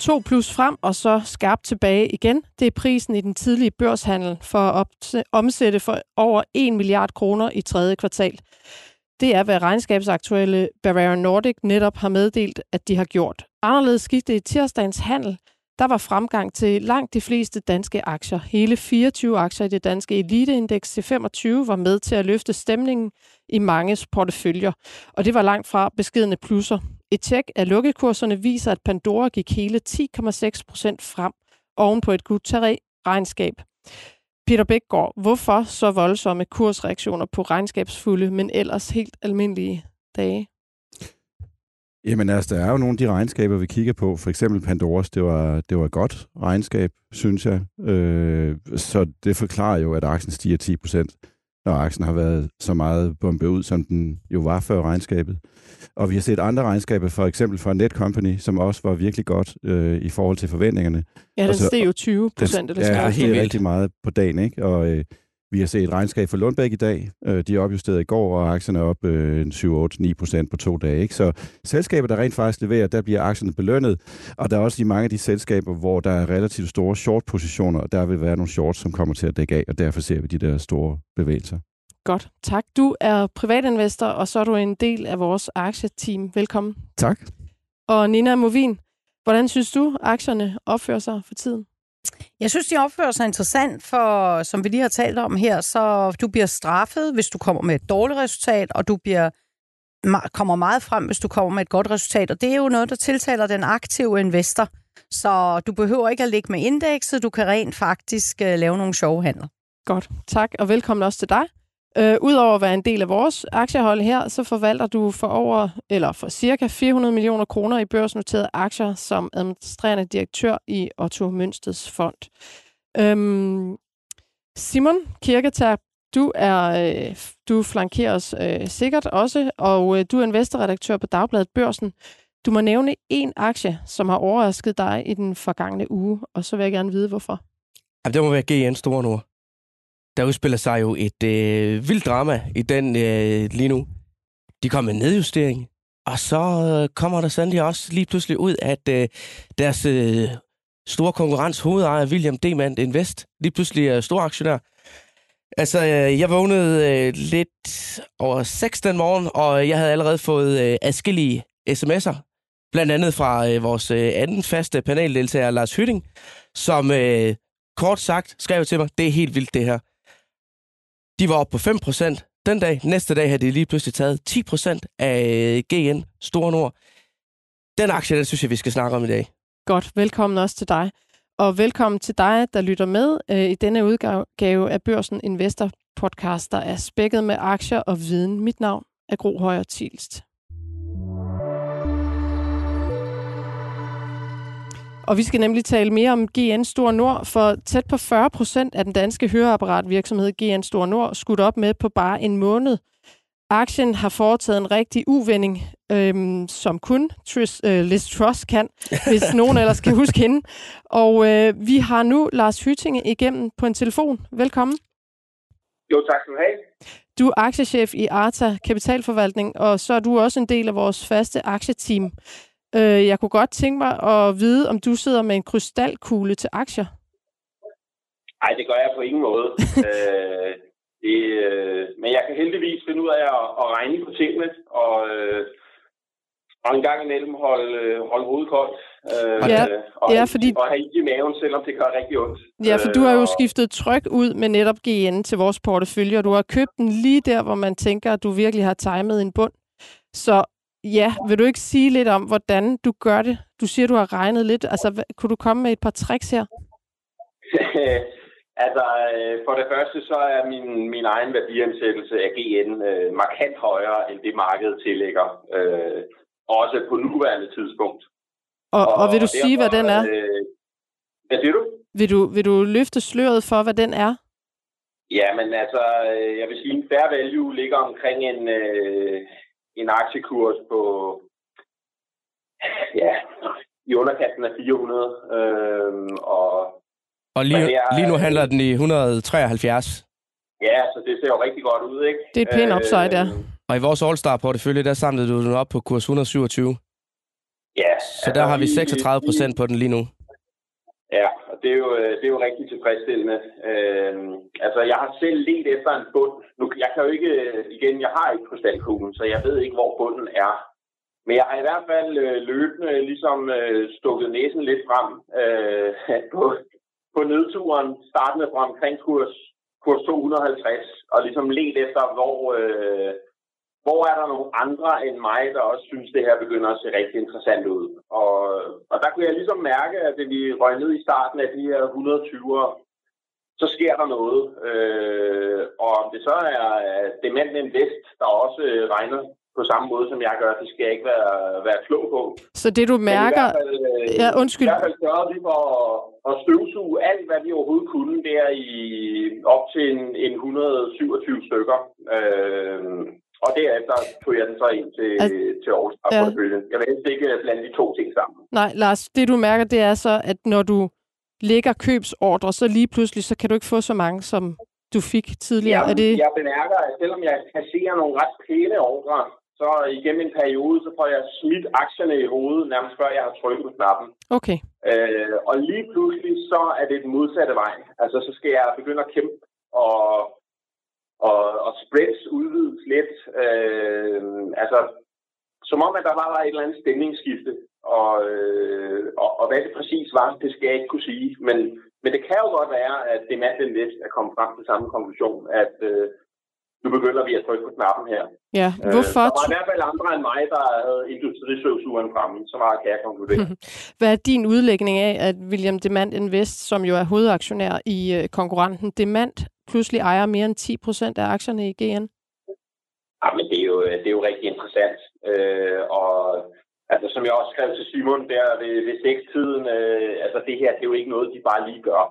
2+ frem, og så skarpt tilbage igen. Det er prisen i den tidlige børshandel for at omsætte for over 1 milliard kroner i tredje kvartal. Det er, hvad regnskabsaktuelle Bavarian Nordic netop har meddelt, at de har gjort. Anderledes gik det i tirsdagens handel. Der var fremgang til langt de fleste danske aktier. Hele 24 aktier i det danske eliteindeks C25 var med til at løfte stemningen i manges porteføljer. Og det var langt fra beskedne plusser. Et tjek af lukkekurserne viser, at Pandora gik hele 10,6% frem oven på et Q3-regnskab. Peter Bækgaard, hvorfor så voldsomme kursreaktioner på regnskabsfulde, men ellers helt almindelige dage? Jamen altså, der er jo nogle af de regnskaber, vi kigger på. For eksempel Pandoras, det var et godt regnskab, synes jeg. Så det forklarer jo, at aktien stiger 10%, når aktien har været så meget bombet ud, som den jo var før regnskabet. Og vi har set andre regnskaber, for eksempel fra Netcompany, som også var virkelig godt i forhold til forventningerne. Ja, den steg jo 20%. Eller ja, helt rigtig meget på dagen, ikke? Og vi har set et regnskab for Lundbeck i dag. De er opjusteret i går, og aktierne er op 7-8-9% på 2 dage. Ikke? Så selskaber, der rent faktisk leverer, der bliver aktierne belønnet. Og der er også mange af de selskaber, hvor der er relativt store short-positioner, og der vil være nogle shorts, som kommer til at dække af, og derfor ser vi de der store bevægelser. Godt, tak. Du er privatinvestor, og så er du en del af vores aktieteam. Velkommen. Tak. Og Nina Movin, hvordan synes du, aktierne opfører sig for tiden? Jeg synes, de opfører sig interessant, for som vi lige har talt om her, så du bliver straffet, hvis du kommer med et dårligt resultat, og du kommer meget frem, hvis du kommer med et godt resultat. Og det er jo noget, der tiltaler den aktive investor. Så du behøver ikke at ligge med indekset, du kan rent faktisk lave nogle sjove handler. Godt, tak, og velkommen også til dig. Udover at være en del af vores aktiehold her, så forvalter du for cirka 400 millioner kroner i børsnoterede aktier som administrerende direktør i Otto Mønsteds fond. Simon Kirketab, du flankerer os sikkert også, og du er investorredaktør på Dagbladet Børsen. Du må nævne en aktie, som har overrasket dig i den forgangne uge, og så vil jeg gerne vide, hvorfor. Jamen, det må være GN Store Nord. Der udspiller sig jo et vildt drama i den lige nu. De kommer med nedjustering, og så kommer der sandelig også lige pludselig ud, at deres store konkurrents hovedejer, William Demand Invest, lige pludselig er stor aktionær. Altså, jeg vågnede lidt over 6 den morgen, og jeg havde allerede fået adskillige sms'er, blandt andet fra vores anden faste paneldeltager, Lars Hytting, som kort sagt skrev til mig, det er helt vildt det her. De var oppe på 5% den dag. Næste dag havde de lige pludselig taget 10% af GN Store Nord. Den aktie, den synes jeg, vi skal snakke om i dag. Godt, velkommen også til dig. Og velkommen til dig, der lytter med i denne udgave af Børsen Investor Podcast, der er spækket med aktier og viden. Mit navn er Gro Højer Thielst. Og vi skal nemlig tale mere om GN Store Nord, for tæt på 40% af den danske høreapparatvirksomhed GN Store Nord skudt op med på bare en måned. Aktien har foretaget en rigtig uvending, som kun Liz Truss kan, hvis nogen ellers kan huske hende. Og vi har nu Lars Hytting igennem på en telefon. Velkommen. Jo, tak skal du have. Du er aktiechef i Arta Kapitalforvaltning, og så er du også en del af vores faste aktieteam. Jeg kunne godt tænke mig at vide, om du sidder med en krystalkugle til aktier. Nej, det gør jeg på ingen måde. Men jeg kan heldigvis finde ud af at regne på tingene, og en gang imellem holde hovedet koldt. Og have i maven, selvom det gør rigtig ondt. Ja, for du har jo skiftet tryk ud med netop GN til vores portefølje, og du har købt den lige der, hvor man tænker, at du virkelig har timet en bund. Så ja, vil du ikke sige lidt om, hvordan du gør det? Du siger, du har regnet lidt. Altså, kunne du komme med et par tricks her? Altså, for det første, så er min egen værdiansættelse af GN markant højere, end det markedet tillægger. Også på nuværende tidspunkt. Og vil du sige, hvad den er? Hvad siger du? Vil du løfte sløret for, hvad den er? Ja, men altså, jeg vil sige, en fair value ligger omkring en aktiekurs på, i underkanten af 400. Og lige nu handler den i 173. Ja, så det ser jo rigtig godt ud, ikke? Det er et pænt upside, ja. Og i vores All-Star-portefølje, der samlede du den op på kurs 127. Ja. Så der har vi 36% på den lige nu. Ja, og det er jo rigtig tilfredsstillende. Altså, jeg har selv ledt efter en bund. Nu, jeg kan jo ikke, igen, jeg har ikke krystalkuglen, så jeg ved ikke, hvor bunden er. Men jeg har i hvert fald løbende ligesom stukket næsen lidt frem på nedturen, startende fra omkring kurs 250, og ligesom let efter, hvor er der nogle andre end mig, der også synes, det her begynder at se rigtig interessant ud. Og der kunne jeg ligesom mærke, at det vi røg ned i starten af de her 120'ere, så sker der noget. Og om det så er Demant Invest, der også regner på samme måde, som jeg gør, det skal jeg ikke være klog på. Så det du mærker... Ja, undskyld. I hvert fald sørgede vi for at støvsuge alt, hvad vi overhovedet kunne der op til en 127 stykker. Og derefter tog jeg den så ind til Aarhus. Ja. Jeg vil helst ikke blande de to ting sammen. Nej, Lars, det du mærker, det er så, at når du lægger købsordre, så lige pludselig, så kan du ikke få så mange, som du fik tidligere. Ja, jeg bemærker, at selvom jeg kasserer nogle ret pæne ordre, så igennem en periode, så får jeg smidt aktierne i hovedet, nærmest før jeg har trykket på knappen. Okay. Og lige pludselig, så er det den modsatte vej. Altså, så skal jeg begynde at kæmpe og spreads udvides lidt. Altså, som om, at der var et eller andet stemningsskifte. Og hvad det præcis var, det skal jeg ikke kunne sige. Men det kan jo godt være, at Demant Invest er kommet frem til samme konklusion, at nu begynder vi at trykke på knappen her. Ja, hvorfor? Der var i hvert fald andre end mig, der havde industrisøvsuren fremme, så meget kan jeg konkludere. Hvad er din udlægning af, at William Demant Invest, som jo er hovedaktionær i konkurrenten Demant, pludselig ejer mere end 10% af aktierne i GN? Ja, men det er jo rigtig interessant. Og altså, som jeg også skrev til Simon der ved 6-tiden, altså det her, det er jo ikke noget, de bare lige gør.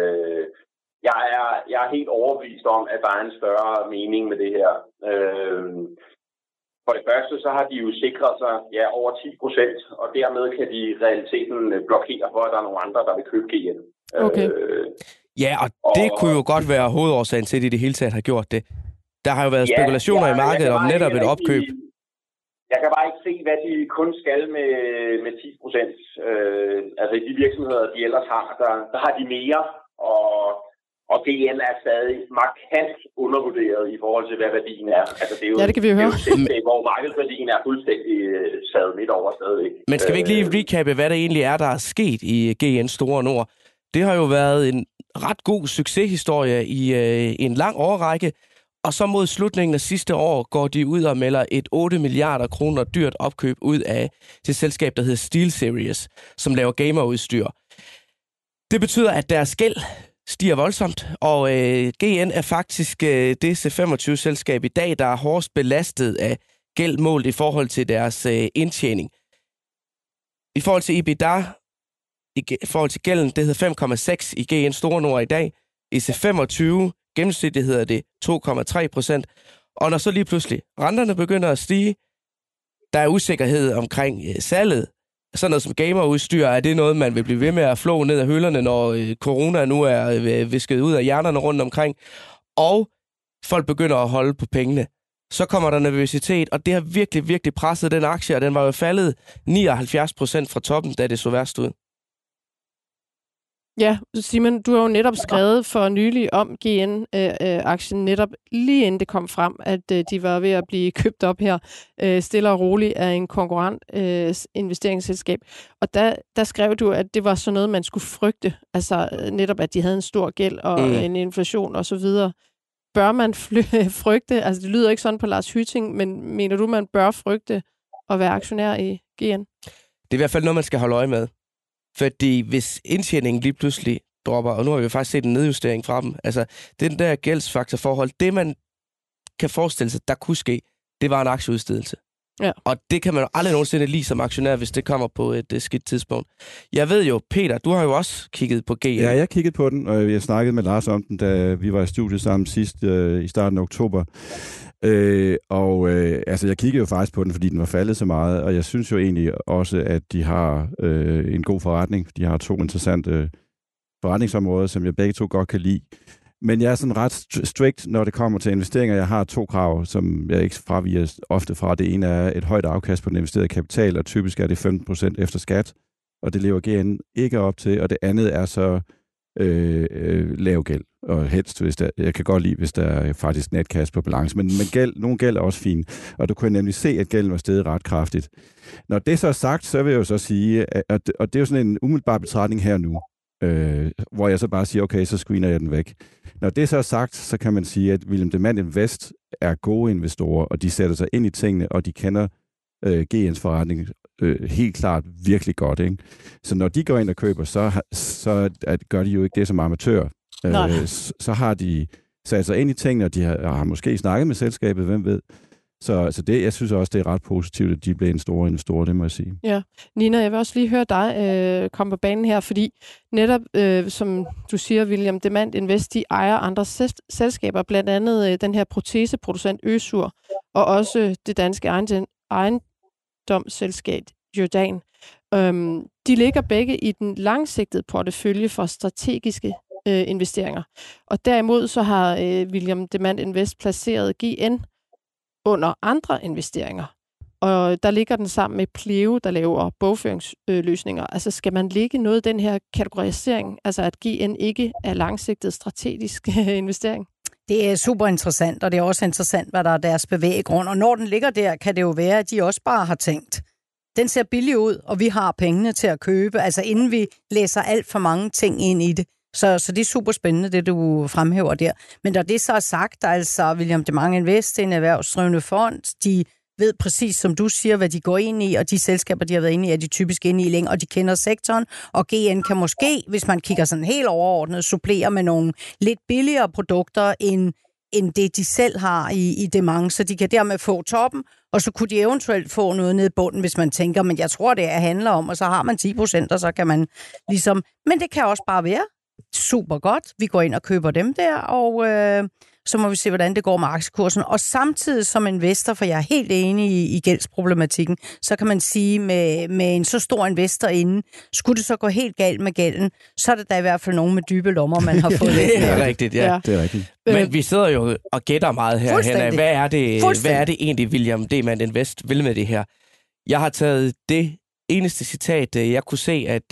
Jeg er helt overbevist om, at der er en større mening med det her. For det første, så har de jo sikret sig over 10%, og dermed kan de i realiteten blokere for, at der er nogle andre, der vil købe GN. Okay. Ja, og det kunne jo godt være hovedårsagen til, at de det hele taget har gjort det. Der har jo været spekulationer i markedet om netop et opkøb. Jeg kan bare ikke se, hvad de kun skal med 10%. Altså i de virksomheder, de ellers har, der har de mere, og GN er stadig markant undervurderet i forhold til, hvad værdien er. Altså, det er jo, det kan vi jo høre. Det er, hvor markedsværdien er fuldstændig sad midt over stadigvæk. Men skal vi ikke lige recappe, hvad der egentlig er, der er sket i GN Store Nord? Det har jo været en ret god succeshistorie i en lang årrække, og så mod slutningen af sidste år går de ud og melder et 8 milliarder kroner dyrt opkøb ud af til selskab, der hedder SteelSeries, som laver gamerudstyr. Det betyder, at deres gæld stiger voldsomt, og GN er faktisk det C25-selskab i dag, der er hårdest belastet af gæld målt i forhold til deres indtjening. I forhold til EBITDA, i forhold til gælden, det hedder 5,6 i GN Store Nord i dag. I C25 gennemsnitligt hedder det 2,3%. Og når så lige pludselig renterne begynder at stige, der er usikkerhed omkring salget. Sådan noget som gamerudstyr, er det noget, man vil blive ved med at flå ned af hylderne, når corona nu er visket ud af hjernerne rundt omkring, og folk begynder at holde på pengene. Så kommer der nervøsitet, og det har virkelig, virkelig presset den aktie, og den var jo faldet 79% fra toppen, da det så værst ud. Ja, Simon, du har jo netop skrevet for nylig om GN-aktien, netop lige inden det kom frem, at de var ved at blive købt op her, stille og roligt af en konkurrent investeringsselskab. Og der skrev du, at det var sådan noget, man skulle frygte. Altså netop, at de havde en stor gæld og en inflation og så videre. Bør man frygte, altså det lyder ikke sådan på Lars Hytting, men mener du, man bør frygte at være aktionær i GN? Det er i hvert fald noget, man skal holde øje med. Fordi hvis indtjeningen lige pludselig dropper, og nu har vi jo faktisk set en nedjustering fra dem, altså den der gældsfaktorforhold, det man kan forestille sig, der kunne ske, det var en aktieudstedelse. Ja. Og det kan man jo aldrig nogensinde lide som aktionær, hvis det kommer på et skidt tidspunkt. Jeg ved jo, Peter, du har jo også kigget på GN. Ja, jeg kiggede på den, og jeg snakkede med Lars om den, da vi var i studiet sammen sidst i starten af oktober. Altså, jeg kiggede jo faktisk på den, fordi den var faldet så meget, og jeg synes jo egentlig også, at de har en god forretning. De har 2 interessante forretningsområder, som jeg begge to godt kan lide. Men jeg er sådan ret strict, når det kommer til investeringer. Jeg har 2 krav, som jeg ikke fraviger ofte fra. Det ene er et højt afkast på den investerede kapital, og typisk er det 15% efter skat, og det lever GN ikke op til. Og det andet er så lav gæld, og helst, hvis der, jeg kan godt lide, hvis der er faktisk netcash på balance, men nogle gæld er også fint, og du kunne nemlig se, at gælden var steget ret kraftigt. Når det så er sagt, så vil jeg jo så sige, og det er jo sådan en umiddelbar betragtning her nu, hvor jeg så bare siger, okay, så screener jeg den væk. Når det så er sagt, så kan man sige, at William Demant Invest er gode investorer, og de sætter sig ind i tingene, og de kender GN's forretning helt klart virkelig godt. Ikke? Så når de går ind og køber, så gør de jo ikke det som amatør. Så har de sat sig ind i tingene, og de har måske snakket med selskabet, hvem ved. Så det, jeg synes også, det er ret positivt, at de bliver en stor investor, det må jeg sige. Ja. Nina, jeg vil også lige høre dig komme på banen her, fordi netop, som du siger, William Demant Invest, de ejer andre selskaber, blandt andet den her proteseproducent Øsur, og også det danske ejendomsselskab Jordan. De ligger begge i den langsigtede portefølje for strategiske investeringer. Og derimod så har William Demant Invest placeret GN under andre investeringer. Og der ligger den sammen med Pleo, der laver bogføringsløsninger. Altså skal man lægge noget af den her kategorisering, altså at GN ikke er langsigtet strategisk investering? Det er super interessant, og det er også interessant, hvad der er deres bevæggrund. Og når den ligger der, kan det jo være, at de også bare har tænkt, den ser billig ud, og vi har pengene til at købe, altså inden vi læser alt for mange ting ind i det. Så det er super spændende, det du fremhæver der. Men når det så er sagt, altså William Demant Invest, en erhvervsdrivende fond, de ved præcis, som du siger, hvad de går ind i, og de selskaber, de har været inde i, er de typisk inde i længe, og de kender sektoren, og GN kan måske, hvis man kigger sådan helt overordnet, supplere med nogle lidt billigere produkter, end det, de selv har i Demant, så de kan dermed få toppen, og så kunne de eventuelt få noget ned i bunden, hvis man tænker, men jeg tror, det handler om, og så har man 10%, og så kan man ligesom, men det kan også bare være super godt. Vi går ind og køber dem der, og så må vi se, hvordan det går med aktiekursen. Og samtidig som investor, for jeg er helt enig i gældsproblematikken, så kan man sige, med en så stor investor inde, skulle det så gå helt galt med gælden, så er det da i hvert fald nogen med dybe lommer, man har fået. Det er rigtigt, ja. Det er rigtigt. Men vi sidder jo og gætter meget her, Henrik. Hvad er det egentlig, William Demant Invest vil med det her? Jeg har taget det eneste citat, jeg kunne se, at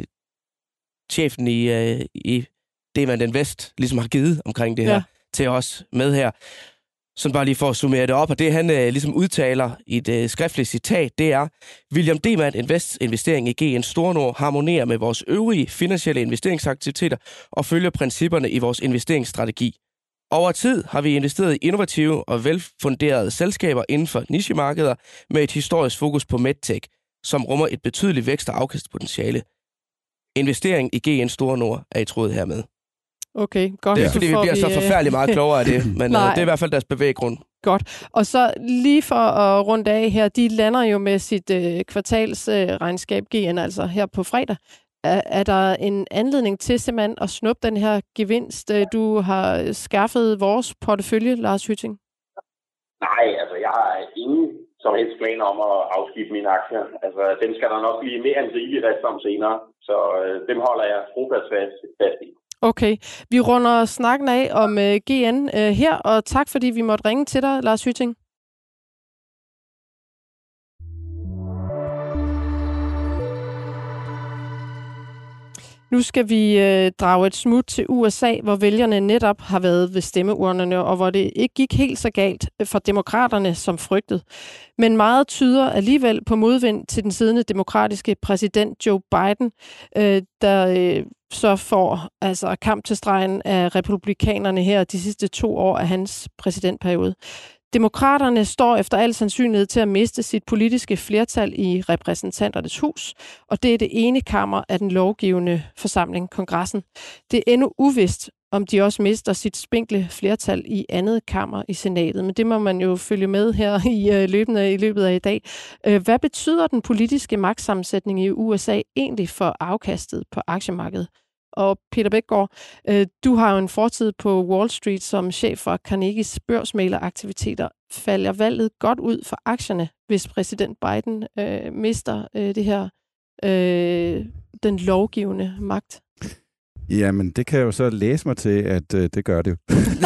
chefen i Demant Invest ligesom har givet omkring det her til os med her. Som bare lige for at summere det op, og det han ligesom udtaler i et skriftligt citat, det er, William Demant Invests investering i GN Store Nord harmonerer med vores øvrige finansielle investeringsaktiviteter og følger principperne i vores investeringsstrategi. Over tid har vi investeret i innovative og velfunderede selskaber inden for nichemarkeder med et historisk fokus på medtech, som rummer et betydeligt vækst- og afkastpotentiale. Investering i GN Store Nord er i tråd hermed. Okay, godt. Det er fordi, vi bliver så forfærdeligt meget klogere af det, men det er i hvert fald deres bevæggrund. Godt. Og så lige for at runde af her, de lander jo med sit kvartalsregnskab GN, altså her på fredag. Er der en anledning til simpelthen at snuppe den her gevinst, du har skaffet vores portefølje, Lars Hytting? Nej, altså jeg har ingen som helst planer om at afskifte mine aktier. Altså dem skal der nok blive mere end rigeligt rest om senere, så dem holder jeg trofast fast i. Okay, vi runder snakken af om GN her, og tak fordi vi måtte ringe til dig, Lars Hytting. Nu skal vi drage et smut til USA, hvor vælgerne netop har været ved stemmeurnerne, og hvor det ikke gik helt så galt for demokraterne som frygtet. Men meget tyder alligevel på modvind til den siddende demokratiske præsident Joe Biden, der så får altså kamp til stregen af republikanerne her de sidste 2 år af hans præsidentperiode. Demokraterne står efter al sandsynlighed til at miste sit politiske flertal i repræsentanternes hus, og det er det ene kammer af den lovgivende forsamling, kongressen. Det er endnu uvist, om de også mister sit spinkle flertal i andet kammer i senatet, men det må man jo følge med her i løbet af i dag. Hvad betyder den politiske magtsammensætning i USA egentlig for afkastet på aktiemarkedet? Og Peter Bækgaard, du har jo en fortid på Wall Street som chef for Carnegies børsmægleraktiviteter. Falder valget godt ud for aktierne, hvis præsident Biden mister det her, den lovgivende magt? Jamen, det kan jeg jo så læse mig til, at det gør det.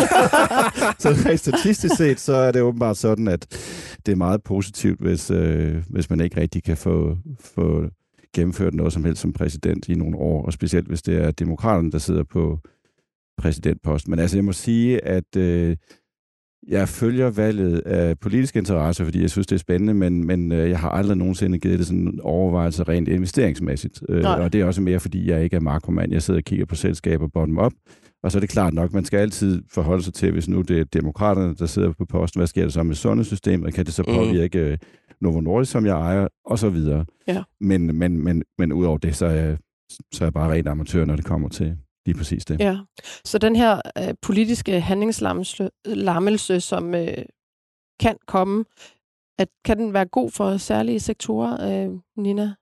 Så rent statistisk set, så er det åbenbart sådan, at det er meget positivt, hvis man ikke rigtig kan få gennemført noget som helst som præsident i nogle år, og specielt hvis det er demokraterne, der sidder på præsidentposten. Men altså, jeg må sige, at jeg følger valget af politiske interesser, fordi jeg synes, det er spændende, men jeg har aldrig nogensinde givet det sådan en overvejelse rent investeringsmæssigt. Og det er også mere, fordi jeg ikke er makromand. Jeg sidder og kigger på selskaber bottom-up, og så er det klart nok, man skal altid forholde sig til, hvis nu det er demokraterne, der sidder på posten, hvad sker der så med sundhedssystemet? Kan det så påvirke Novo Nordisk, som jeg ejer, og så videre. Ja. Men udover det, så er jeg bare rent amatør, når det kommer til lige præcis det. Ja, så den her politiske handlingslammelse, som kan komme, kan den være god for særlige sektorer, Nina?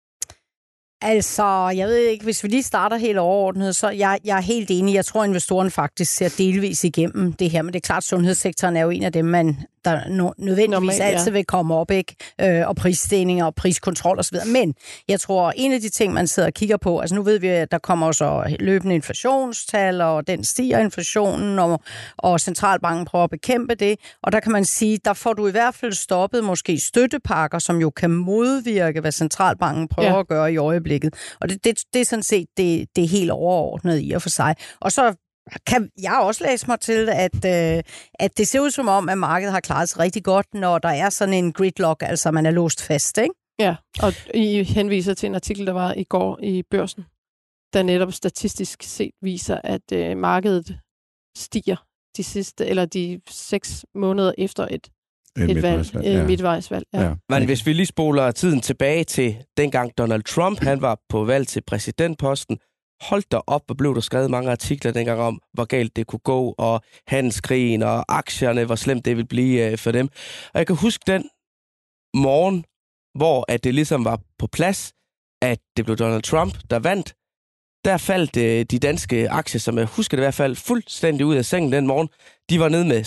Altså, jeg ved ikke, hvis vi lige starter helt overordnet, så jeg er helt enig. Jeg tror, investorerne faktisk ser delvis igennem det her, men det er klart, at sundhedssektoren er jo en af dem, der nødvendigvis altid vil komme op, ikke? Og prisstigninger og priskontrol osv. Men jeg tror, en af de ting, man sidder og kigger på, altså nu ved vi, at der kommer så løbende inflationstal, og den stiger inflationen, og centralbanken prøver at bekæmpe det, og der kan man sige, der får du i hvert fald stoppet måske støttepakker, som jo kan modvirke, hvad centralbanken prøver at gøre i øjeblikket. Og det er sådan set det helt overordnet i og for sig. Og så kan jeg også læse mig til, at det ser ud som om, at markedet har klaret sig rigtig godt, når der er sådan en gridlock, altså man er låst fast, ikke? Ja, og I henviser til en artikel, der var i går i Børsen, der netop statistisk set viser, at markedet stiger de 6 måneder efter et midtvejsvalg. Ja. Men hvis vi lige spoler tiden tilbage til dengang Donald Trump, han var på valg til præsidentposten, holdt der op og blev der skrevet mange artikler dengang om, hvor galt det kunne gå, og handelskrigen og aktierne, hvor slemt det ville blive for dem. Og jeg kan huske den morgen, hvor at det ligesom var på plads, at det blev Donald Trump, der vandt. Der faldt de danske aktier, som jeg husker det i hvert fald, fuldstændig ud af sengen den morgen. De var nede med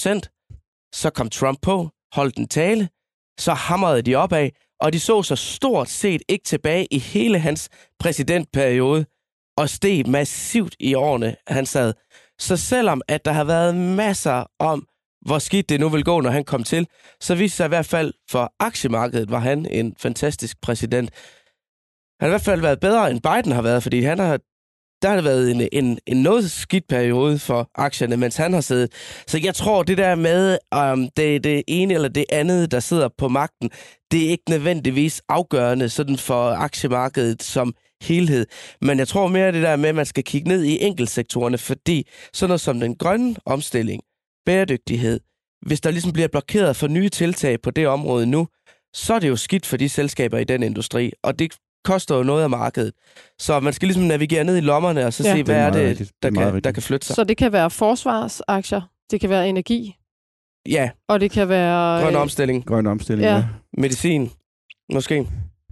6%. Så kom Trump på, holdt en tale, så hamrede de opad, og de så stort set ikke tilbage i hele hans præsidentperiode, og steg massivt i årene, han sad. Så selvom at der har været masser om, hvor skidt det nu vil gå, når han kom til, så viste sig i hvert fald for aktiemarkedet, var han en fantastisk præsident. Han har i hvert fald været bedre, end Biden har været, fordi der har været en noget skidt periode for aktierne, mens han har siddet. Så jeg tror, det der med, det er det ene eller det andet, der sidder på magten, det er ikke nødvendigvis afgørende sådan for aktiemarkedet som helhed. Men jeg tror mere det der med, at man skal kigge ned i enkeltsektorerne, fordi sådan noget som den grønne omstilling, bæredygtighed, hvis der ligesom bliver blokeret for nye tiltag på det område nu, så er det jo skidt for de selskaber i den industri, og det koster jo noget af markedet. Så man skal ligesom navigere ned i lommerne og så se, hvad er det, der kan flytte sig. Så det kan være forsvarsaktier, det kan være energi. Ja. Og det kan være Grøn omstilling, ja. Medicin, måske.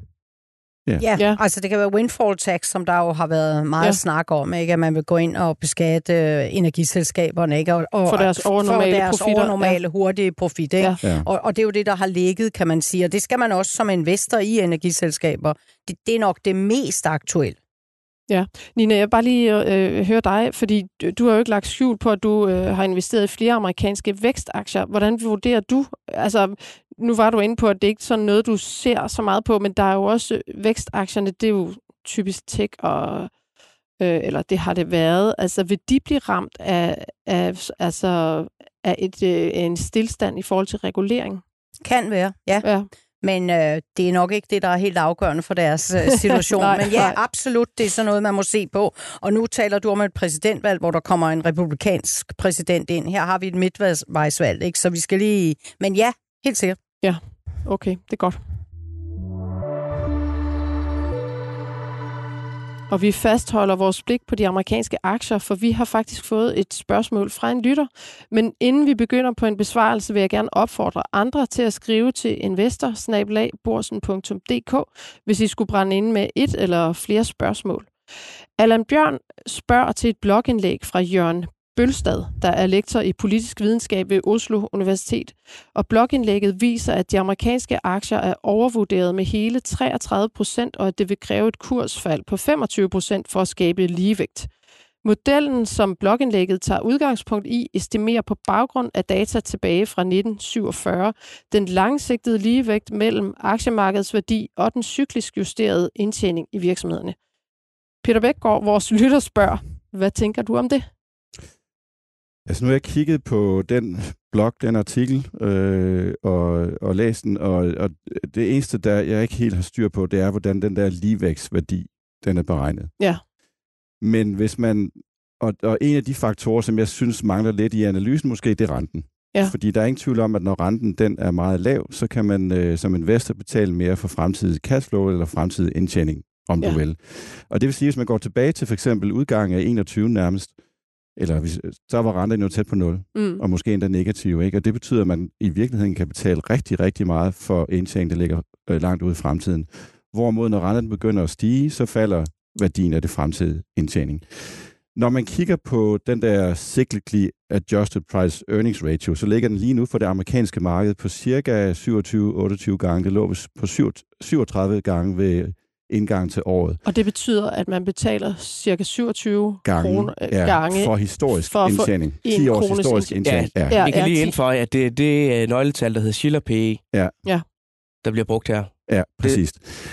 Ja, altså det kan være windfall tax, som der jo har været meget snak om, ikke? At man vil gå ind og beskatte energiselskaberne, ikke? Og for deres overnormale hurtige profit, ikke? Ja. Og det er jo det, der har ligget, kan man sige. Og det skal man også som investor i energiselskaber. Det er nok det mest aktuelle. Ja, Nina, jeg vil bare lige høre dig, fordi du har jo ikke lagt skjul på, at du har investeret i flere amerikanske vækstaktier. Hvordan vurderer du? Altså, nu var du inde på, at det ikke er sådan noget, du ser så meget på, men der er jo også vækstaktierne, det er jo typisk tech, eller det har det været. Altså, vil de blive ramt af en stilstand i forhold til regulering? Kan være, ja. Men det er nok ikke det, der er helt afgørende for deres situation. Men ja, absolut, det er sådan noget, man må se på. Og nu taler du om et præsidentvalg, hvor der kommer en republikansk præsident ind. Her har vi et midtvejsvalg, ikke? Så vi skal lige... Men ja, helt sikkert. Ja, okay, det er godt. Og vi fastholder vores blik på de amerikanske aktier, for vi har faktisk fået et spørgsmål fra en lytter. Men inden vi begynder på en besvarelse, vil jeg gerne opfordre andre til at skrive til investor@borsen.dk, hvis I skulle brænde inde med et eller flere spørgsmål. Allan Bjørn spørger til et blogindlæg fra Jørgen Bølstad, der er lektor i politisk videnskab ved Oslo Universitet. Og blogindlægget viser, at de amerikanske aktier er overvurderet med hele 33%, og at det vil kræve et kursfald på 25% for at skabe ligevægt. Modellen, som blogindlægget tager udgangspunkt i, estimerer på baggrund af data tilbage fra 1947 den langsigtede ligevægt mellem aktiemarkedets værdi og den cyklisk justerede indtjening i virksomhederne. Peter Bækgaard, vores lytter, spørger, hvad tænker du om det? Altså nu har jeg kigget på den blog, den artikel, og læst den, og det eneste, der jeg ikke helt har styr på, det er, hvordan den der ligevægtsværdi, den er beregnet. Ja. Men hvis man, og en af de faktorer, som jeg synes mangler lidt i analysen, måske, det er renten. Ja. Fordi der er ingen tvivl om, at når renten den er meget lav, så kan man som investor betale mere for fremtidig cashflow eller fremtidig indtjening, om du vil. Og det vil sige, hvis man går tilbage til for eksempel udgangen af 21 nærmest, eller så var renten jo tæt på 0, og måske endda negativ, ikke? Og det betyder, at man i virkeligheden kan betale rigtig, rigtig meget for indtjening, der ligger langt ude i fremtiden. Hvorimod, når renten begynder at stige, så falder værdien af det fremtidige indtjening. Når man kigger på den der cyclically adjusted price earnings ratio, så ligger den lige nu for det amerikanske marked på cirka 27-28 gange. Det lå på 37 gange ved indgang til året. Og det betyder, at man betaler cirka 27 gange for historisk indtjening. 10 års historisk indtjening. Ja. Vi kan lige indføje, at det er nøgletal, der hedder Shiller PE, der bliver brugt her. Ja, præcis.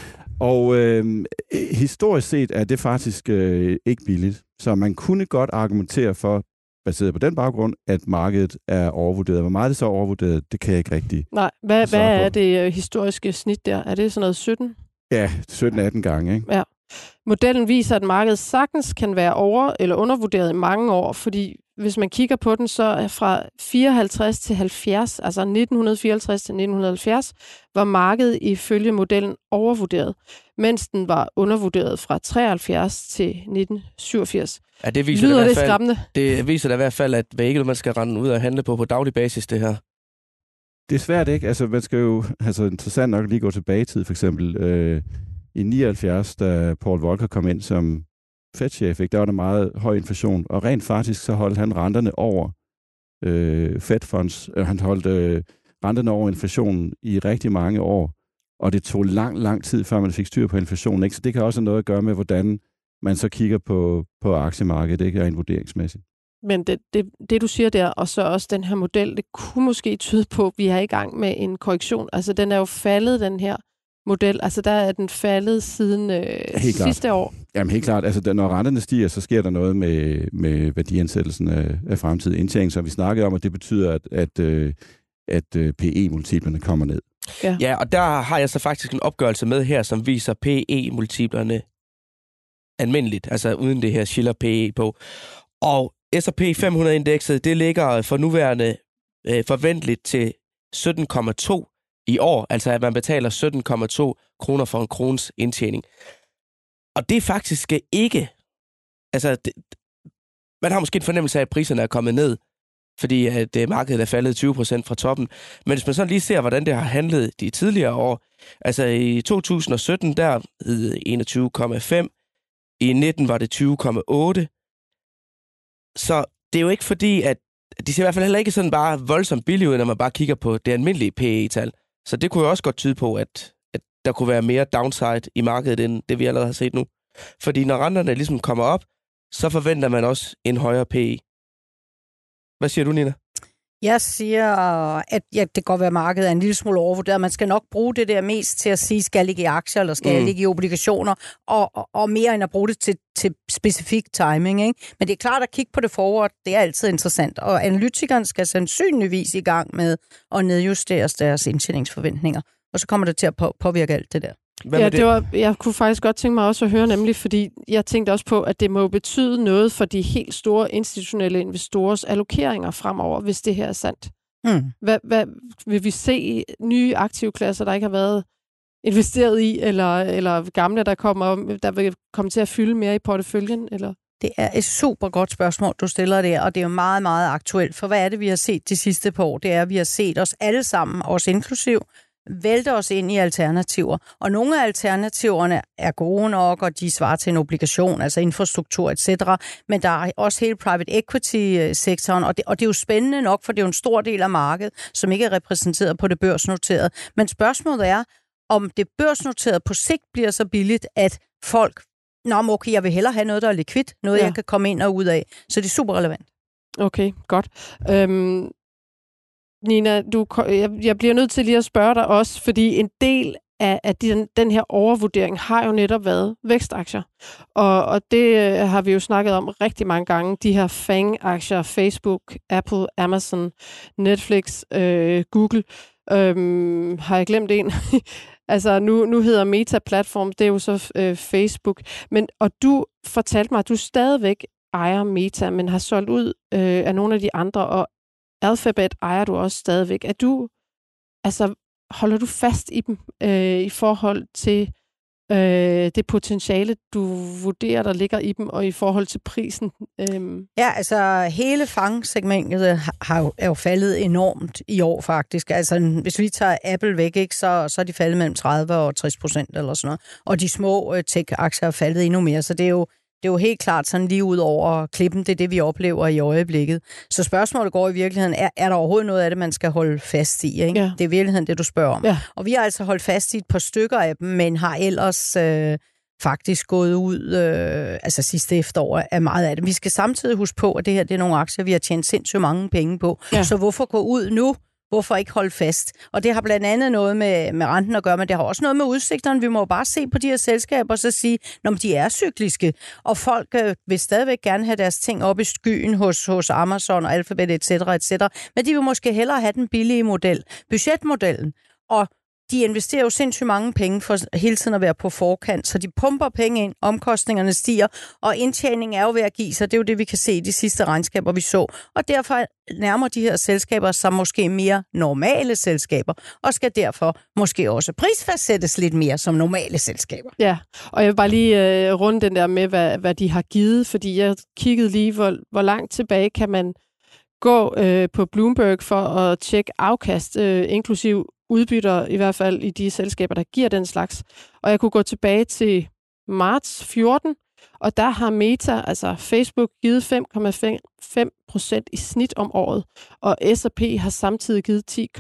Og historisk set er det faktisk ikke billigt. Så man kunne godt argumentere for, baseret på den baggrund, at markedet er overvurderet. Hvor meget det så er overvurderet, det kan jeg ikke rigtig. Nej, hvad er det historiske snit der? Er det sådan noget 17? Ja, 17-18 gange, ikke? Ja. Modellen viser, at markedet sagtens kan være over- eller undervurderet i mange år, fordi hvis man kigger på den, så er fra 54 til 70, altså 1954 til 1970, var markedet ifølge modellen overvurderet, mens den var undervurderet fra 73 til 1987. Ja, det viser Lyder det skræmmende? Det viser da i hvert fald, at hvad ikke man skal rende ud og handle på daglig basis, det her. Det er svært, ikke? Altså, man skal jo interessant nok lige gå tilbage i tid, for eksempel i 79, da Paul Volcker kom ind som Fed-chef, der var der meget høj inflation, og rent faktisk så holdt han renterne over Fed-funds. Han holdt renterne over inflationen i rigtig mange år, og det tog lang tid, før man fik styr på inflationen, ikke? Så det kan også have noget at gøre med, hvordan man så kigger på aktiemarkedet, ikke? Rent vurderingsmæssigt. Men det, du siger der, og så også den her model, det kunne måske tyde på, at vi er i gang med en korrektion. Altså, den er jo faldet, den her model. Altså, der er den faldet siden sidste år. Jamen, helt klart. Altså, når renterne stiger, så sker der noget med værdiansættelsen af fremtidig indtjening. Så vi snakkede om, at det betyder, at PE-multiplerne kommer ned. Ja, og der har jeg så faktisk en opgørelse med her, som viser PE-multiplerne almindeligt, altså uden det her Shiller PE på. Og S&P 500-indekset, det ligger for nuværende forventeligt til 17,2 i år, altså at man betaler 17,2 kroner for en krones indtjening. Og det er faktisk ikke, altså man har måske en fornemmelse af, at priserne er kommet ned, fordi at markedet er faldet 20% fra toppen. Men hvis man så lige ser, hvordan det har handlet de tidligere år, altså i 2017, der hed 21,5, i 19 var det 20,8. Så det er jo ikke fordi, at de ser i hvert fald heller ikke sådan bare voldsomt billige ud, når man bare kigger på det almindelige PE-tal. Så det kunne jo også godt tyde på, at der kunne være mere downside i markedet, end det vi allerede har set nu. Fordi når renterne ligesom kommer op, så forventer man også en højere PE. Hvad siger du, Nina? Jeg siger, at det kan godt være, at markedet er en lille smule overvurderet. Man skal nok bruge det der mest til at sige, skal jeg ligge i aktier, eller skal jeg ligge i obligationer, og mere end at bruge det til specifik timing. Ikke? Men det er klart at kigge på det forward, det er altid interessant. Og analytikerne skal sandsynligvis i gang med at nedjustere deres indtjeningsforventninger. Og så kommer det til at påvirke alt det der. Jeg kunne faktisk godt tænke mig også at høre, nemlig fordi jeg tænkte også på, at det må betyde noget for de helt store institutionelle investorers allokeringer fremover, hvis det her er sandt. Hvad vil vi se nye aktivklasser, der ikke har været investeret i, eller gamle, der vil komme til at fylde mere i porteføljen? Eller? Det er et super godt spørgsmål, du stiller der, og det er jo meget, meget aktuelt. For hvad er det, vi har set de sidste par år? Det er, at vi har set os alle sammen, os inklusiv, vælte os ind i alternativer. Og nogle af alternativerne er gode nok, og de svarer til en obligation, altså infrastruktur etc. Men der er også hele private equity-sektoren, og det er jo spændende nok, for det er jo en stor del af markedet, som ikke er repræsenteret på det børsnoterede. Men spørgsmålet er, om det børsnoterede på sigt bliver så billigt, at folk men okay, jeg vil hellere have noget, der er likvidt, noget jeg kan komme ind og ud af. Så det er super relevant. Okay, godt. Nina, jeg bliver nødt til lige at spørge dig også, fordi en del af den her overvurdering har jo netop været vækstaktier. Og det har vi jo snakket om rigtig mange gange. De her FANG-aktier, Facebook, Apple, Amazon, Netflix, Google. Har jeg glemt en? Altså, nu hedder Meta Platform, det er jo så Facebook. Og du fortalte mig, at du stadigvæk ejer Meta, men har solgt ud af nogle af de andre, og Alphabet ejer du også stadigvæk. Holder du fast i dem i forhold til det potentiale, du vurderer, der ligger i dem, og i forhold til prisen? Ja, altså hele fangsegmentet er jo faldet enormt i år faktisk. Altså hvis vi tager Apple væk, ikke, så er de faldet mellem 30% og 60% eller sådan noget. Og de små tech-aktier er faldet endnu mere, så det er jo helt klart sådan lige ud over klippen. Det er det, vi oplever i øjeblikket. Så spørgsmålet går i virkeligheden, er der overhovedet noget af det, man skal holde fast i? Ikke? Ja. Det er i virkeligheden det, du spørger om. Ja. Og vi har altså holdt fast i et par stykker af dem, men har ellers faktisk gået ud sidste efterår af meget af det. Vi skal samtidig huske på, at det her det er nogle aktier, vi har tjent sindssygt mange penge på. Ja. Så hvorfor gå ud nu? Hvorfor ikke holde fast? Og det har blandt andet noget med renten at gøre, men det har også noget med udsigterne. Vi må jo bare se på de her selskaber og så sige, når de er cykliske, og folk vil stadigvæk gerne have deres ting op i skyen hos Amazon og Alphabet, etc., men de vil måske hellere have den billige model, budgetmodellen. Og de investerer jo sindssygt mange penge for hele tiden at være på forkant, så de pumper penge ind, omkostningerne stiger, og indtjeningen er jo ved at give sig. Det er jo det, vi kan se i de sidste regnskaber, vi så. Og derfor nærmer de her selskaber sig måske mere normale selskaber, og skal derfor måske også prisfastsættes lidt mere som normale selskaber. Ja, og jeg vil bare lige runde den der med, hvad de har givet, fordi jeg kiggede lige, hvor langt tilbage kan man gå på Bloomberg for at tjekke afkast, inklusiv udbytter, i hvert fald i de selskaber, der giver den slags. Og jeg kunne gå tilbage til marts 14, og der har Meta, altså Facebook, givet 5,5% i snit om året, og S&P har samtidig givet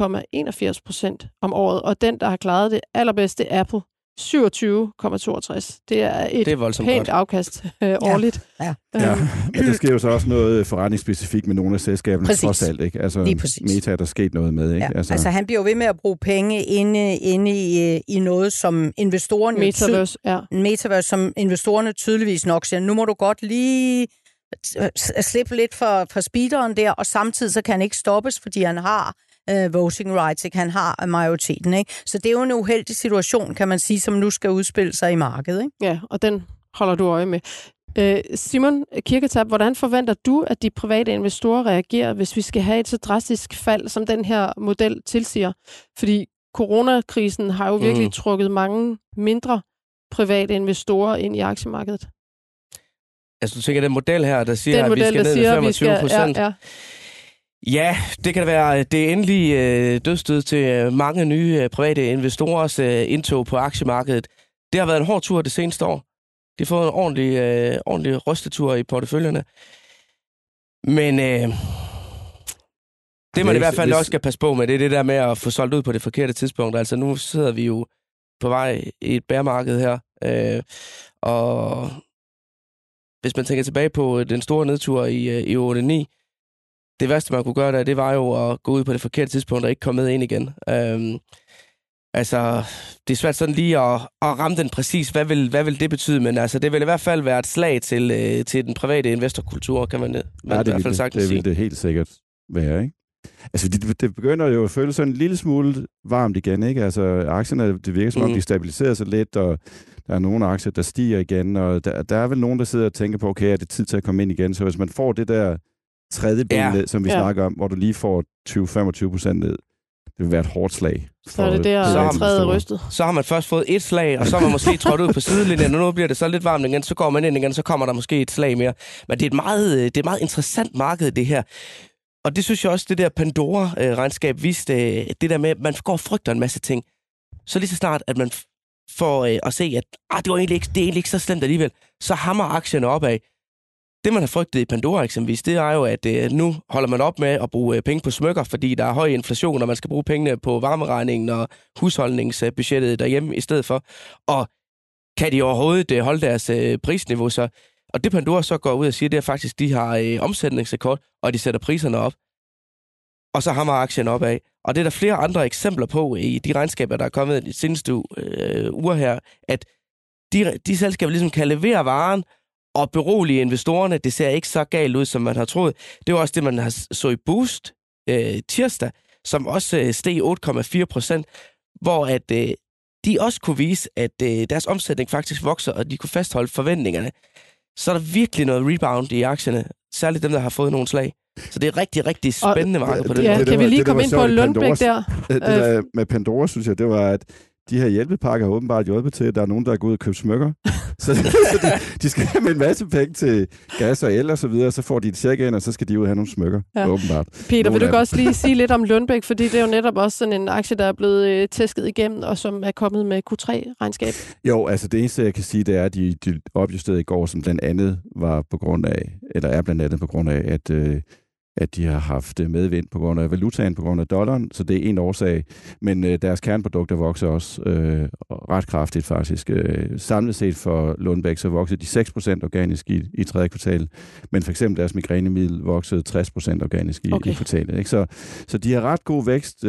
10,81% om året, og den, der har klaret det allerbedst, det er Apple, 27,62. Det er et pænt afkast årligt. Ja. Men der sker jo så også noget forretningsspecifikt med nogle af selskaberne, trods alt, ikke? Altså, Meta er der sket noget med, ikke? Ja. Altså, han bliver jo ved med at bruge penge inde i noget, som investorerne... Metaverse, som investorerne tydeligvis nok siger, nu må du godt lige slippe lidt for speederen der, og samtidig så kan han ikke stoppes, fordi han har voting rights, ikke? Han har majoriteten, ikke? Så det er jo en uheldig situation, kan man sige, som nu skal udspille sig i markedet, ikke? Ja, og den holder du øje med. Simon Kirketab, hvordan forventer du, at de private investorer reagerer, hvis vi skal have et så drastisk fald, som den her model tilsiger? Fordi coronakrisen har jo virkelig trukket mange mindre private investorer ind i aktiemarkedet. Altså, du tænker, den model her, der siger, at vi skal ned med 25%? Ja. Ja, det kan være det endelige dødsstød til mange nye private investorers indtog på aktiemarkedet. Det har været en hård tur det seneste år. De har fået en ordentlig rystetur i porteføljerne. Men det man i hvert fald også skal passe på med, det er det der med at få solgt ud på det forkerte tidspunkt. Altså nu sidder vi jo på vej i et bærmarked her, og hvis man tænker tilbage på den store nedtur i 8-9, det værste, man kunne gøre der, det var jo at gå ud på det forkerte tidspunkt og ikke komme med ind igen. Altså, det er svært sådan lige at ramme den præcis. Hvad vil det betyde? Men altså, det vil i hvert fald være et slag til den private investorkultur, kan man i hvert fald sagtens sige. Det vil det helt sikkert være, ikke? Altså, det begynder jo at føle sådan en lille smule varmt igen, ikke? Altså, aktierne, det virker som om, de stabiliserer sig lidt, og der er nogle aktier, der stiger igen, og der er vel nogen, der sidder og tænker på, okay, er det tid til at komme ind igen? Så hvis man får det der tredje ben ned, som vi snakker om, hvor du lige får 20-25% ned, det vil være et hårdt slag. Så er det der tredje rystet. Så har man først fået et slag, og så har man måske trådt ud på sidelinjen, og nu bliver det så lidt varmt igen, så går man ind igen, så kommer der måske et slag mere. Men det er et meget interessant marked, det her. Og det synes jeg også, det der Pandora-regnskab viste, det der med, at man går og frygter en masse ting. Så lige så snart, at man får at se, at det er egentlig ikke så slemt alligevel, så hammer aktierne opad. Det, man har frygtet i Pandora eksempelvis, det er jo, at nu holder man op med at bruge penge på smykker, fordi der er høj inflation, og man skal bruge pengene på varmeregningen og husholdningsbudgettet derhjemme i stedet for. Og kan de overhovedet holde deres prisniveau så? Og det Pandora så går ud og siger, det er faktisk, de har omsætningsrekord, og de sætter priserne op. Og så hammer aktien opad. Og det er der flere andre eksempler på i de regnskaber, der er kommet i de seneste uger her, at de selskaber ligesom kan levere varen og berolige investorerne. Det ser ikke så galt ud, som man har troet. Det var også det, man har så i Boost tirsdag, som også steg 8,4%, hvor at de også kunne vise, at deres omsætning faktisk vokser, og de kunne fastholde forventningerne. Så er der virkelig noget rebound i aktierne, særligt dem, der har fået nogle slag. Så det er rigtig, rigtig spændende marked på den måde. Kan vi lige komme ind på Lundbeck der? Det der med Pandora, synes jeg, det var, at de her hjælpepakker har åbenbart hjulpet til, at der er nogen, der er gået ud og købt smykker. så de skal have med en masse penge til gas og el og så videre, så får de et tjek ind, og så skal de ud og have nogle smykker, åbenbart. Peter, vil du ikke også lige sige lidt om Lundbeck, fordi det er jo netop også sådan en aktie, der er blevet tæsket igennem, og som er kommet med Q3-regnskab? Jo, altså det eneste, jeg kan sige, det er, at de opjusterede i går, som blandt andet var på grund af, eller er blandt andet på grund af, at de har haft medvind på grund af valutaen, på grund af dollaren, så det er en årsag. Men deres kerneprodukter vokser også ret kraftigt faktisk. Samlet set for Lundbeck, så voksede de 6% organisk i tredje kvartal, men for eksempel deres migrænemiddel voksede 60% organisk i kvartalet. Ikke? Så de har ret god vækst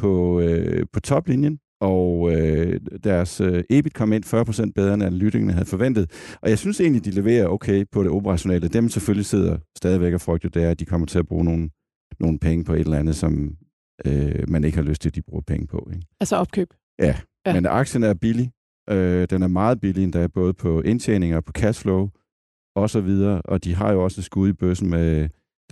på toplinjen, og deres EBIT kom ind 40% bedre, end analytikerne havde forventet. Og jeg synes egentlig, de leverer okay på det operationelle. Dem selvfølgelig sidder stadigvæk og frygter, det er, at de kommer til at bruge nogle penge på et eller andet, som man ikke har lyst til, at de bruger penge på. Ikke? Altså opkøb? Ja, men aktien er billig. Den er meget billig, endda både på indtjeninger, på cashflow og så videre. Og de har jo også et skud i bøssen med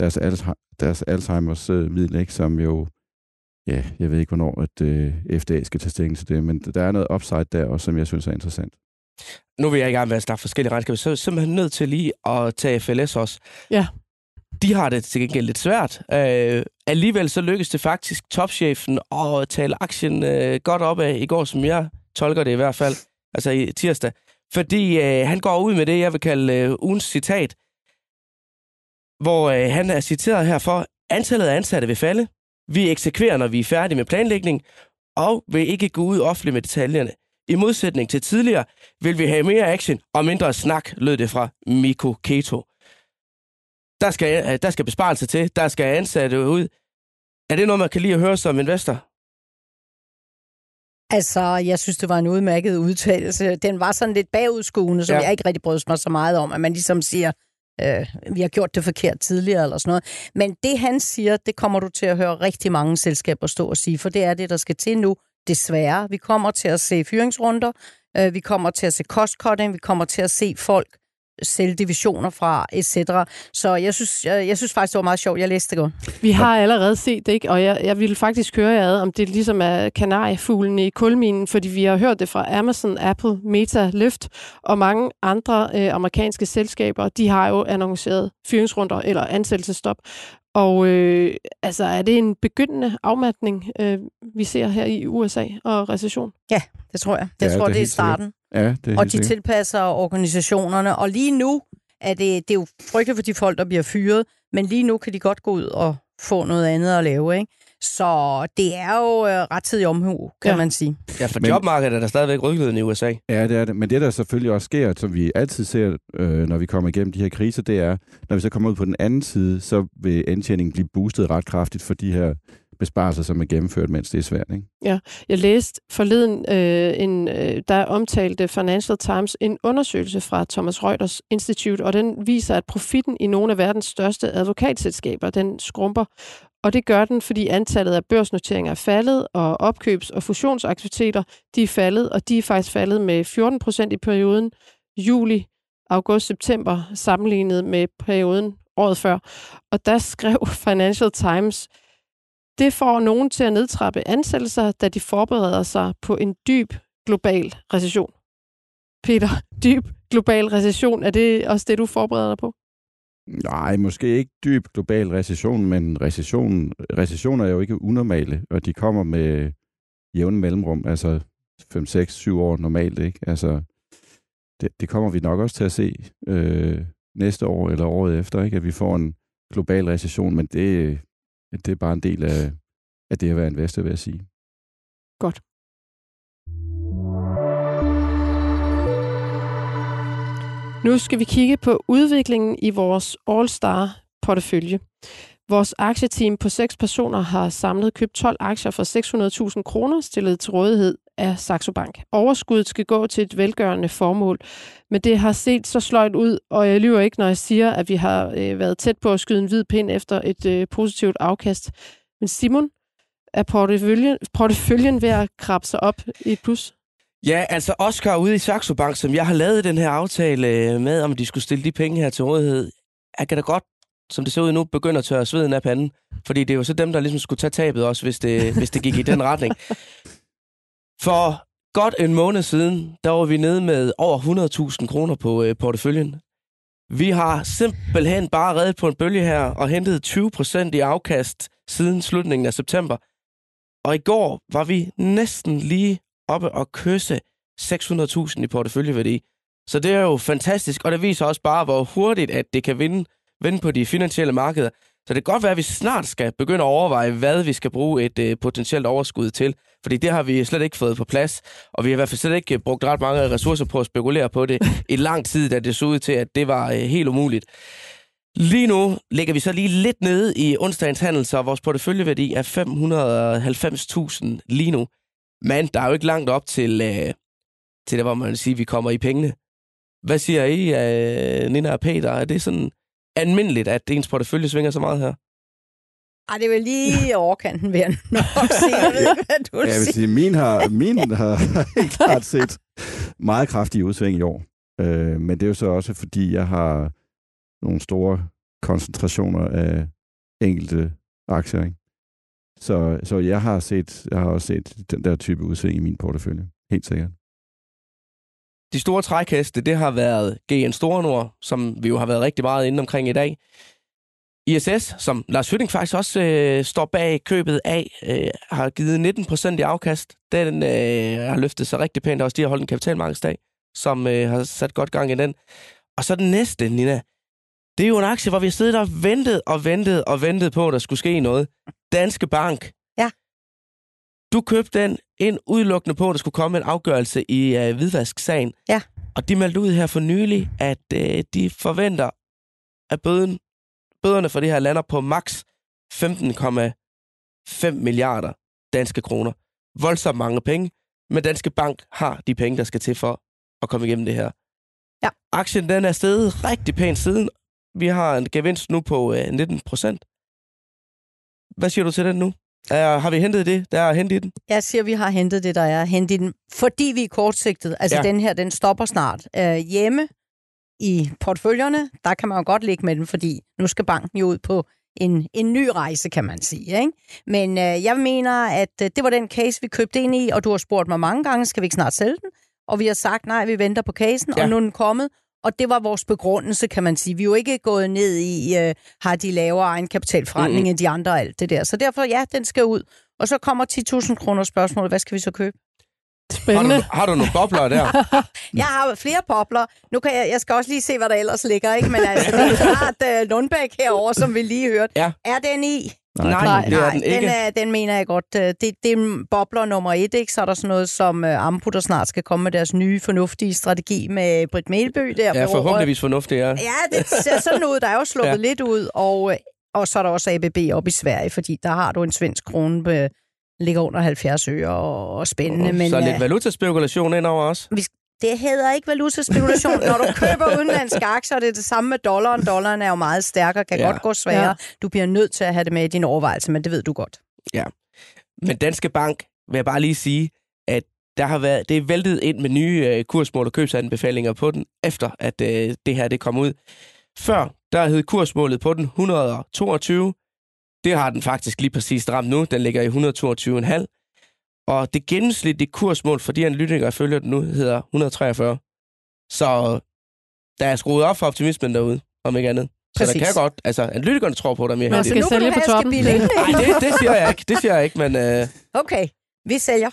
deres Alzheimers middel, ikke? Som jo... Ja, jeg ved ikke, hvornår at FDA skal tage stilling til det, men der er noget upside der også, som jeg synes er interessant. Nu vil jeg i gang med at snakke forskellige regnskaber, så er jeg simpelthen nødt til lige at tage FLS også. Ja. De har det til gengæld lidt svært. Alligevel så lykkedes det faktisk topchefen at tale aktien godt op af i går, som jeg tolker det i hvert fald, altså i tirsdag. Fordi han går ud med det, jeg vil kalde ugens citat, hvor han er citeret herfor: antallet af ansatte vil falde. Vi eksekverer, når vi er færdige med planlægning, og vil ikke gå ud offentligt med detaljerne. I modsætning til tidligere vil vi have mere action og mindre snak, lød det fra Mikko Keto. Der skal besparelser til, der skal ansatte ud. Er det noget, man kan lide at høre som investor? Altså, jeg synes, det var en udmærket udtalelse. Den var sådan lidt bagudskuende, som jeg ikke rigtig brød mig så meget om, at man ligesom siger, vi har gjort det forkert tidligere, eller sådan noget. Men det, han siger, det kommer du til at høre rigtig mange selskaber stå og sige, for det er det, der skal til nu, desværre. Vi kommer til at se fyringsrunder, vi kommer til at se cost-cutting, vi kommer til at se folk sælge divisioner fra, etc. Så jeg synes faktisk, det var meget sjovt. Jeg læste det godt. Vi har allerede set det, ikke? Og jeg ville faktisk høre jer ad, om det ligesom er kanariefuglen i kulminen, fordi vi har hørt det fra Amazon, Apple, Meta, Lyft og mange andre amerikanske selskaber. De har jo annonceret fyringsrunder eller ansættelsesstop. Og altså, er det en begyndende afmatning, vi ser her i USA og recession? Ja, det tror jeg. Jeg tror, det er starten. Ja, det er og de tilpasser organisationerne. Og lige nu er det er jo frygteligt for de folk, der bliver fyret, men lige nu kan de godt gå ud og få noget andet at lave, ikke? Så det er jo rettidig omhu, kan man sige. Ja, for jobmarkedet er der stadigvæk ryggløden i USA. Ja, det er det. Men det, der selvfølgelig også sker, som vi altid ser, når vi kommer igennem de her kriser, det er, når vi så kommer ud på den anden side, så vil indtjeningen blive boostet ret kraftigt for de her besparelser, som er gennemført, mens det er svært, ikke? Ja, jeg læste forleden, der omtalte Financial Times en undersøgelse fra Thomson Reuters Institute, og den viser, at profitten i nogle af verdens største advokatselskaber, den skrumper. Og det gør den, fordi antallet af børsnoteringer er faldet, og opkøbs- og fusionsaktiviteter, de er faldet, og de er faktisk faldet med 14% i perioden juli, august, september, sammenlignet med perioden året før. Og der skrev Financial Times: det får nogen til at nedtrappe ansættelser, da de forbereder sig på en dyb global recession. Peter, dyb global recession, er det også det, du forbereder dig på? Nej, måske ikke dyb global recession, men recessioner er jo ikke unormale, og de kommer med jævne mellemrum, altså 5, 6, 7 år normalt, ikke? Altså, det kommer vi nok også til at se næste år eller året efter, ikke? At vi får en global recession, men det er bare en del af det at være investor, vil jeg sige. Godt. Nu skal vi kigge på udviklingen i vores All-Star-portefølje. Vores aktieteam på 6 personer har samlet købt 12 aktier for 600.000 kroner, stillet til rådighed af Saxo Bank. Overskuddet skal gå til et velgørende formål, men det har set så sløjt ud, og jeg lyver ikke, når jeg siger, at vi har været tæt på at skyde en hvid pind efter et positivt afkast. Men Simon, er porteføljen ved at krabbe sig op i et plus? Ja, altså Oscar ude i Saxo Bank, som jeg har lavet den her aftale med, om de skulle stille de penge her til rådighed, jeg kan da godt, som det ser ud nu, begynde at tørre sveden af panden. Fordi det er jo så dem, der ligesom skulle tage tabet også, hvis det gik i den retning. For godt en måned siden, der var vi nede med over 100.000 kroner på porteføljen. Vi har simpelthen bare reddet på en bølge her og hentet 20% i afkast siden slutningen af september. Og i går var vi næsten lige oppe og kysse 600.000 i porteføljeværdi. Så det er jo fantastisk, og det viser også bare, hvor hurtigt at det kan vinde på de finansielle markeder. Så det kan godt være, at vi snart skal begynde at overveje, hvad vi skal bruge et potentielt overskud til. Fordi det har vi slet ikke fået på plads, og vi har i hvert fald slet ikke brugt ret mange ressourcer på at spekulere på det i lang tid, da det så ud til, at det var helt umuligt. Lige nu ligger vi så lige lidt nede i onsdagens handel, så vores porteføljeværdi er 590.000 lige nu. Men der er jo ikke langt op til det, hvor man vil sige, at vi kommer i pengene. Hvad siger I, Nina og Peter? Er det sådan almindeligt, at ens portefølje svinger så meget her? Ej, det er vel lige overkanten, vil jeg nok sige. Jeg ved ikke, hvad du vil sige. Min har helt klart set meget kraftig udsving i år. Men det er jo så også, fordi jeg har nogle store koncentrationer af enkelte aktier, ikke? Så jeg har også set den der type udsving i min portefølje. Helt sikkert. De store trækheste, det har været GN Store Nord, som vi jo har været rigtig meget inde omkring i dag. ISS, som Lars Hytting faktisk også står bag købet af, har givet 19% i afkast. Den har løftet sig rigtig pænt, også de har holdt en kapitalmarkedsdag, som har sat godt gang i den. Og så den næste, Nina, det er jo en aktie, hvor vi har siddet og ventet på, at der skulle ske noget. Danske Bank. Ja. Du købte den ind udelukkende på, at der skulle komme en afgørelse i hvidvask-sagen. Ja. Og de meldte ud her for nylig, at de forventer, at bøderne for det her lander på maks 15,5 milliarder danske kroner. Voldsomt mange penge, men Danske Bank har de penge, der skal til for at komme igennem det her. Ja. Aktien den er steget rigtig pænt siden. Vi har en gevinst nu på 19%. Hvad siger du til den nu? Har vi hentet det, der er hentet i den? Jeg siger, vi har hentet det, der er hentet i den, fordi vi er kortsigtet. Altså den her, den stopper snart. Hjemme i portføljerne, der kan man jo godt ligge med den, fordi nu skal banken jo ud på en ny rejse, kan man sige. Ikke? Men jeg mener, at det var den case, vi købte ind i, og du har spurgt mig mange gange, skal vi ikke snart sælge den? Og vi har sagt, nej, vi venter på casen, og nu er den kommet. Og det var vores begrundelse, kan man sige. Vi er jo ikke gået ned i, har de lavere egenkapitalforretning end de andre og alt det der. Så derfor, ja, den skal ud. Og så kommer 10.000 kroner spørgsmålet, hvad skal vi så købe? Spændende. Har du nogle bobler der? Jeg har flere bobler. Nu kan jeg skal også lige se, hvad der ellers ligger, ikke? Men altså, det er klart Lundbæk herover, som vi lige hørte. Ja. Er den i? Nej, det er den ikke. Den mener jeg godt. Det er bobler nummer 1, ikke? Så er der sådan noget som Ampu, der snart skal komme med deres nye fornuftige strategi med Britt Melby der. Ja, forhåbentligvis fornuftigt, ja. Ja, det ser sådan ud. Der er jo sluppet lidt ud, og så er der også ABB op i Sverige, fordi der har du en svensk krone, ligger under 70 øre og spændende. Men, så lidt valutaspekulation ind over os. Det hedder ikke valutaspekulation. Når du køber udenlandske aktier, det er det samme med dollaren. Dollaren er jo meget stærkere, kan godt gå sværere. Ja. Du bliver nødt til at have det med i din overvejelse, men det ved du godt. Ja, men Danske Bank vil jeg bare lige sige, at det er væltet ind med nye kursmål og købsanbefalinger på den, efter at det her det kom ud. Før, der hed kursmålet på den 122. Det har den faktisk lige præcis ramt nu. Den ligger i 122,5. Og det gennemsnitlige kursmål for de analytikere, jeg følger den nu, hedder 143. Så der er skruet op for optimismen derude, om ikke andet. Så der kan godt, altså analytikerne tror på, der er mere heldigt. Man skal sælge på toppen. Nej, det siger jeg ikke. Det siger jeg ikke, men... Okay, vi sælger.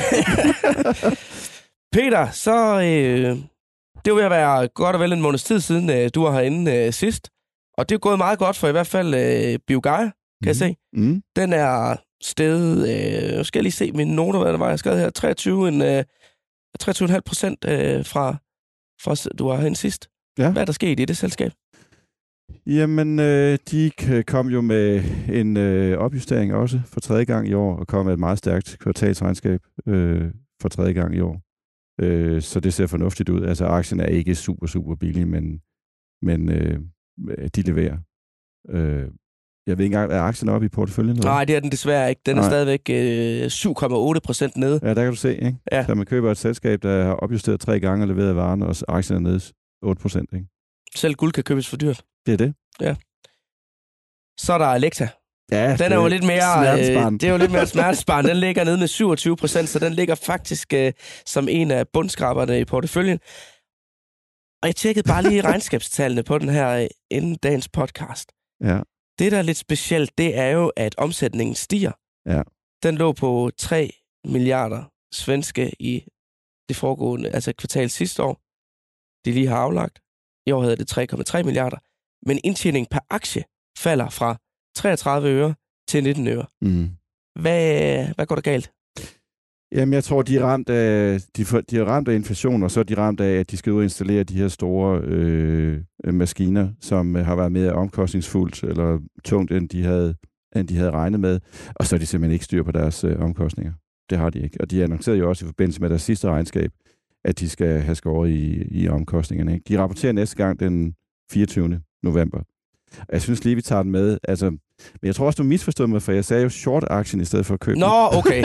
Peter, så... det vil være godt og vel en måneds tid siden, du var herinde sidst. Og det er gået meget godt for i hvert fald BioGaia, kan jeg se. Mm. Den er steget, skal jeg lige se mine noter, hvad der var, jeg skrev her, 23,5% fra du var herinde sidst. Ja. Hvad er der sket i det selskab? Jamen, de kom jo med en opjustering også for 3. gang i år, og kom med et meget stærkt kvartalsregnskab for 3. gang i år. Så det ser fornuftigt ud. Altså, aktien er ikke super, super billig, men de leverer. Jeg ved ikke engang, er aktien oppe i porteføljen? Nej, det er den desværre ikke. Den er stadigvæk 7,8% nede. Ja, der kan du se, ikke? Ja. Så man køber et selskab, der har opjusteret 3 gange og leveret varen, og aktien er nede 8%, ikke? Selv guld kan købes for dyrt. Det er det. Ja. Så er der Elekta. Ja, Den er jo lidt mere, det er jo lidt mere smertesparende. Den ligger nede med 27%, så den ligger faktisk som en af bundskraberne i porteføljen. Og jeg tjekkede bare lige regnskabstallene på den her inden dagens podcast. Ja. Det, der er lidt specielt, det er jo, at omsætningen stiger. Ja. Den lå på 3 milliarder svenske i det foregående, altså kvartal sidste år. De lige har aflagt. I år havde det 3,3 milliarder. Men indtjeningen per aktie falder fra 33 øre til 19 øre. Mm. Hvad går der galt? Jamen, jeg tror, de er ramt af inflation, og så er de ramt af, at de skal ud og installere de her store maskiner, som har været mere omkostningsfuldt eller tungt, end de havde regnet med. Og så er de simpelthen ikke styr på deres omkostninger. Det har de ikke. Og de annoncerede jo også i forbindelse med deres sidste regnskab, at de skal have skåret i omkostningerne. Ikke? De rapporterer næste gang den 24. november. Og jeg synes lige, vi tager den med. Altså, men jeg tror også, du misforstod mig, for jeg sagde jo short-aktien i stedet for at købe. Nå, okay.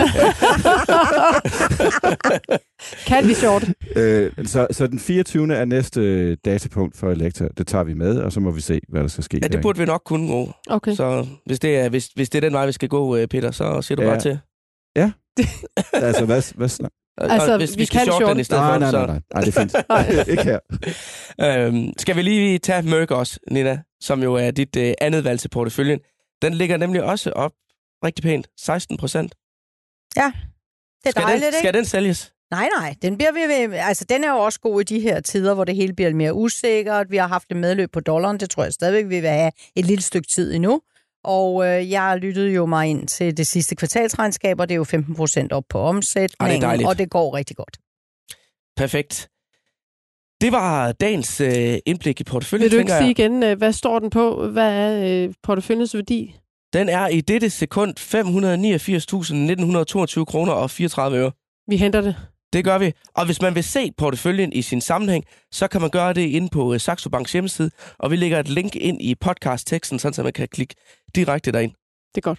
Kan vi short? Så den 24. er næste datapunkt for Elekta. Det tager vi med, og så må vi se, hvad der skal ske. Ja, det burde vi nok kunne gå. Okay. Så hvis det er den vej, vi skal gå, Peter, så siger du bare til. Ja. Altså, hvad Altså, hvis vi skal kan shorte den i stedet for, nej, det er fint. Ikke her. Skal vi lige tage Merck også, Nina, som jo er dit andet valg til porteføljen. Den ligger nemlig også op rigtig pænt, 16%. Ja, det er dejligt, ikke? Skal den sælges? Nej, den bliver vi ved. Altså, den er jo også god i de her tider, hvor det hele bliver mere usikkert. Vi har haft et medløb på dollaren, det tror jeg stadigvæk, vi vil have et lille stykke tid endnu. Og jeg lyttede jo mig ind til det sidste kvartalsregnskab, og det er jo 15% op på omsætningen, og det går rigtig godt. Perfekt. Det var dagens indblik i porteføljen. Vil du ikke sige igen, hvad står den på? Hvad er porteføljens værdi? Den er i dette sekund 589.922 kroner og 34 øre. Vi henter det. Det gør vi. Og hvis man vil se porteføljen i sin sammenhæng, så kan man gøre det inde på Saxo Banks hjemmeside, og vi lægger et link ind i podcast-teksten, så man kan klikke direkte derind. Det er godt.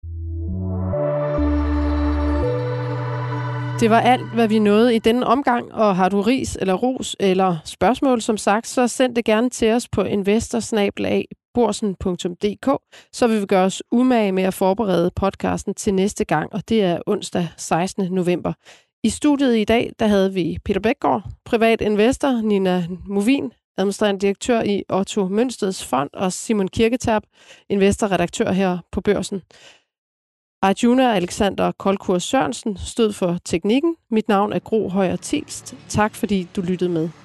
Det var alt, hvad vi nåede i denne omgang, og har du ris eller ros eller spørgsmål, som sagt, så send det gerne til os på investor@borsen.dk, så vil vi gøre os umage med at forberede podcasten til næste gang, og det er onsdag 16. november. I studiet i dag, der havde vi Peter Bækgaard, privat investor, Nina Movin, administrerende direktør i Otto Mønsteds Fond, og Simon Kirketerp, investorredaktør her på Børsen. Arjuna Alexander Koldkurs Sørensen stod for teknikken. Mit navn er Gro Højer Tilst. Tak fordi du lyttede med.